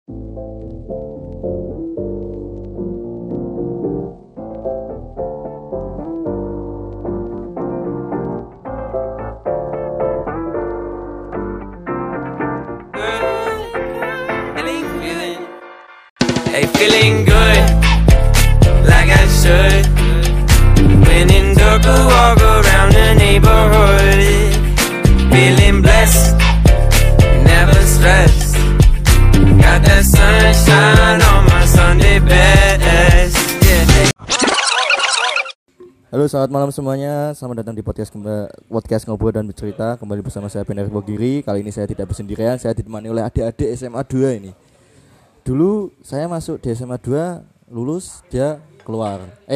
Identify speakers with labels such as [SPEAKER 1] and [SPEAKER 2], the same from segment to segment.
[SPEAKER 1] Hey, feeling good, like I should. When in dark, I walk around the neighborhood. Feeling blessed, never stressed. Got that sunshine on my Sunday best. Yeah.
[SPEAKER 2] Halo, selamat malam semuanya. Selamat datang di podcast Ngobrol dan Bercerita. Kembali bersama saya Benar Bogiri. Kali ini saya tidak bersendirian, saya ditemani oleh adik-adik SMA 2 ini. Dulu saya masuk di SMA 2, lulus, dia keluar.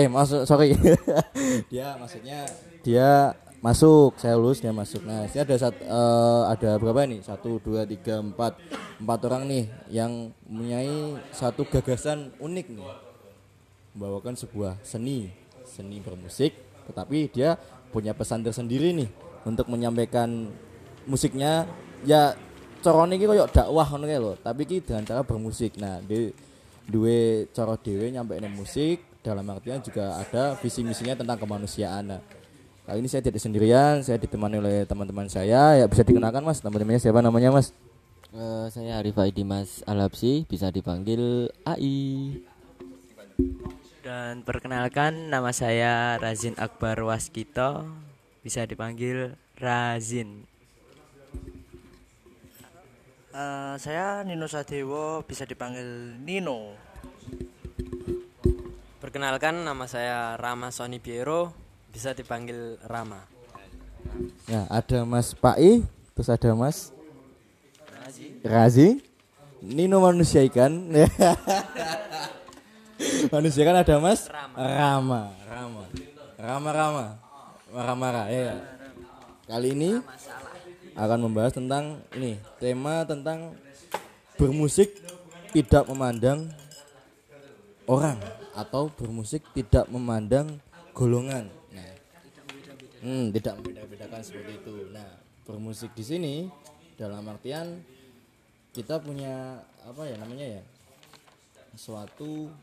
[SPEAKER 2] Dia masuk, saya lulus, dia masuk. Nah, ini ada berapa nih? 1 2 3 4 orang nih yang mempunyai satu gagasan unik nih. Membawakan sebuah seni bermusik, tetapi dia punya pesan tersendiri nih untuk menyampaikan musiknya. Ya corone iki koyo dakwah ngono kae lho, tapi iki dengan cara bermusik. Nah, duwe cara dhewe nyampekne musik, dalam artian juga ada visi misinya tentang kemanusiaan. Nah, kali ini saya tidak sendirian, saya ditemani oleh teman-teman saya. Ya, bisa dikenalkan Mas, teman-temannya siapa namanya Mas?
[SPEAKER 3] Saya Arifah Dimas Alapsi, bisa dipanggil AI.
[SPEAKER 4] Dan perkenalkan, nama saya Razin Akbar Waskito, bisa dipanggil Razin.
[SPEAKER 5] Saya Nino Sadewo, bisa dipanggil Nino.
[SPEAKER 6] Perkenalkan, nama saya Rama Sony Piero, bisa dipanggil Rama.
[SPEAKER 2] Ya, ada Mas Pai, terus ada Mas Razi. Nino manusia ikan. Manusia kan ada Mas Rama. Ya. Kali ini akan membahas tentang ini, tema tentang bermusik tidak memandang orang atau bermusik tidak memandang golongan. Nah, tidak membeda-bedakan seperti itu. Nah, bermusik di sini dalam artian kita punya suatu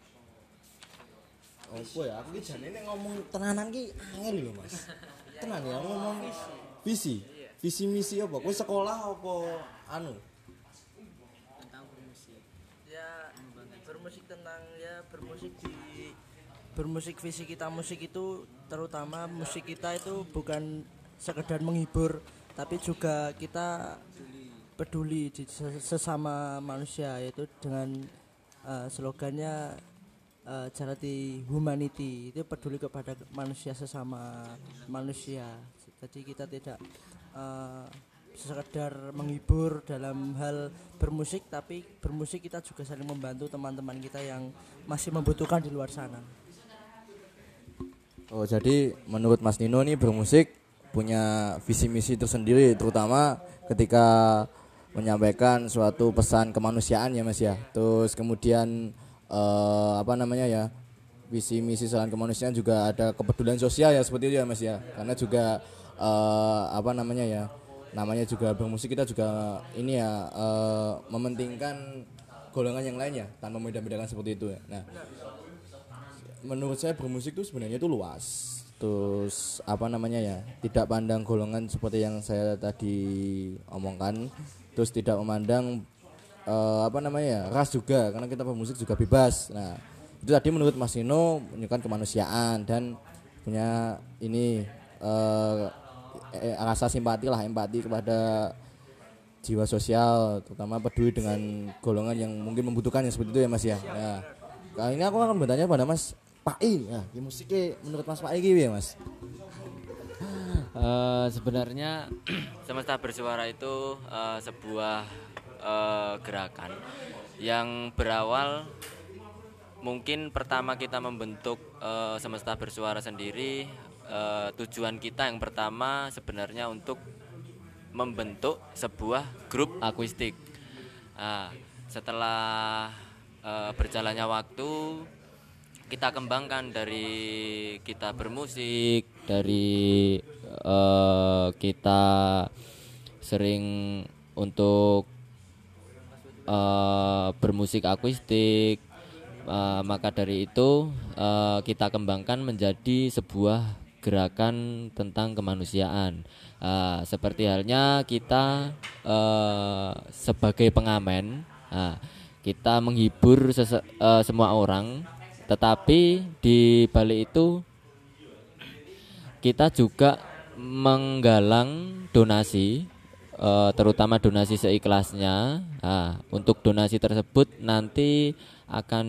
[SPEAKER 2] aku ki jane nek ngomong tenanan ki angel lho Mas. Tenan ya ngomong visi misi apa? Kowe sekolah apa anu?
[SPEAKER 5] Tentang bermusik. Ya, bermusik tentang bermusik visi kita musik itu, terutama musik kita itu bukan sekedar menghibur, tapi juga kita peduli di sesama manusia, yaitu dengan slogannya Charity Humanity, itu peduli kepada manusia, sesama manusia. Jadi kita tidak sekedar menghibur dalam hal bermusik, tapi bermusik kita juga saling membantu teman-teman kita yang masih membutuhkan di luar sana.
[SPEAKER 2] Oh, jadi menurut Mas Nino nih bermusik punya visi misi tersendiri, terutama ketika menyampaikan suatu pesan kemanusiaan ya Mas ya. Terus kemudian visi misi selain kemanusiaan juga ada kepedulian sosial ya, seperti itu ya Mas ya. Karena juga namanya juga bermusik, kita juga ini ya mementingkan golongan yang lain ya, tanpa membeda-bedakan seperti itu ya. Nah, menurut saya bermusik itu sebenarnya itu luas. Terus tidak pandang golongan seperti yang saya tadi omongkan. Terus tidak memandang ras juga, karena kita bermusik juga bebas. Nah, itu tadi menurut Mas Nino menunjukkan kemanusiaan dan punya ini rasa empati kepada jiwa sosial, terutama peduli dengan golongan yang mungkin membutuhkannya, seperti itu ya Mas ya. Nah, kali ini aku akan bertanya pada Mas Pai. Nah, musiknya menurut Mas Pai gimana Mas?
[SPEAKER 3] Sebenarnya Semesta Bersuara itu sebuah gerakan yang berawal, mungkin pertama kita membentuk Semesta Bersuara sendiri. Tujuan kita yang pertama sebenarnya untuk membentuk sebuah grup akustik. Setelah berjalannya waktu, kita kembangkan dari kita bermusik, dari kita sering untuk bermusik akustik. Maka dari itu kita kembangkan menjadi sebuah gerakan tentang kemanusiaan. Seperti halnya kita sebagai pengamen, kita menghibur semua orang, tetapi di balik itu kita juga menggalang donasi, terutama donasi seikhlasnya. Untuk donasi tersebut nanti akan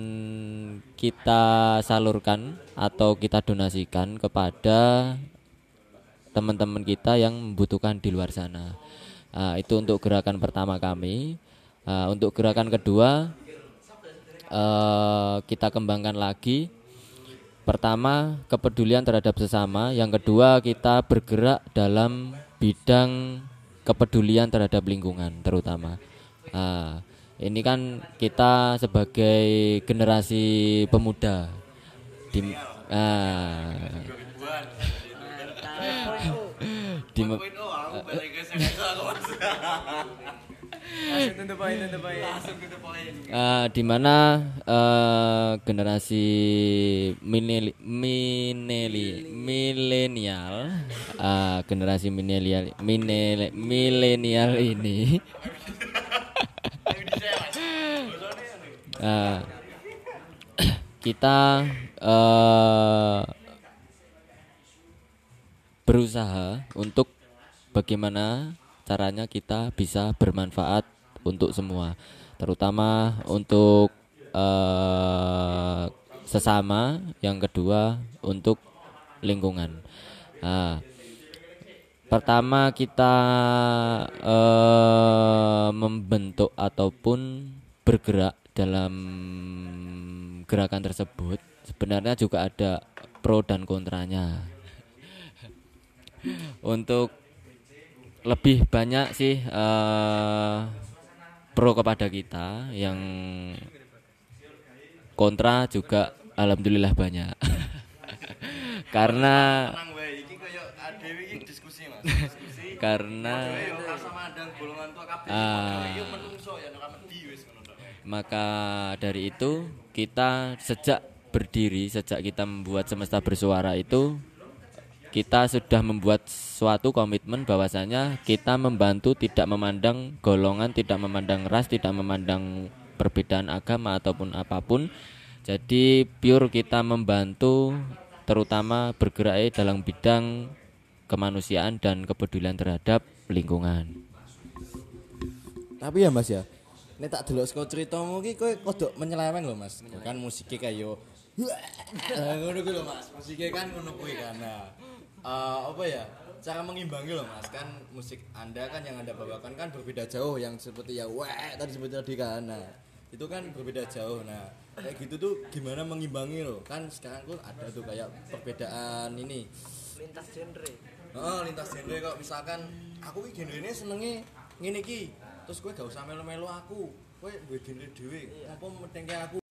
[SPEAKER 3] kita salurkan atau kita donasikan kepada teman-teman kita yang membutuhkan di luar sana. Itu untuk gerakan pertama kami. Untuk gerakan kedua kita kembangkan lagi. Pertama, kepedulian terhadap sesama. Yang kedua, kita bergerak dalam bidang kepedulian terhadap lingkungan terutama. Ini kan kita sebagai generasi pemuda di mana generasi milenial ini kita berusaha untuk bagaimana caranya kita bisa bermanfaat untuk semua, terutama untuk sesama, yang kedua untuk lingkungan. Pertama kita membentuk ataupun bergerak dalam gerakan tersebut sebenarnya juga ada pro dan kontranya. Untuk lebih banyak sih pro kepada kita, yang kontra juga alhamdulillah banyak. Karena maka dari itu kita sejak kita membuat Semesta Bersuara itu, kita sudah membuat suatu komitmen bahwasanya kita membantu, tidak memandang golongan, tidak memandang ras, tidak memandang perbedaan agama ataupun apapun. Jadi pure kita membantu, terutama bergerak dalam bidang kemanusiaan dan kepedulian terhadap lingkungan.
[SPEAKER 2] Tapi ya Mas ya, nek tak delok saka critamu iki kowe kodok menyeleweng lho Mas. Kan musiknya kayak ngono kuwi lho Mas. Musiknya kan ngono kuwi kan. Apa ya? Cara mengimbangi loh Mas, kan musik Anda kan yang Anda bawakan kan berbeda jauh, yang seperti ya tadi seperti tadi kan. Nah, itu kan berbeda jauh. Nah, kayak gitu tuh gimana mengimbangi loh? Kan sekarang tuh ada tuh kayak perbedaan ini.
[SPEAKER 5] Lintas genre.
[SPEAKER 2] Lintas genre kok, misalkan aku ki genrene senenge ngene iki. Terus gue gak usah melu-melu aku. Kowe duwe genre dhewe. Apa metengke aku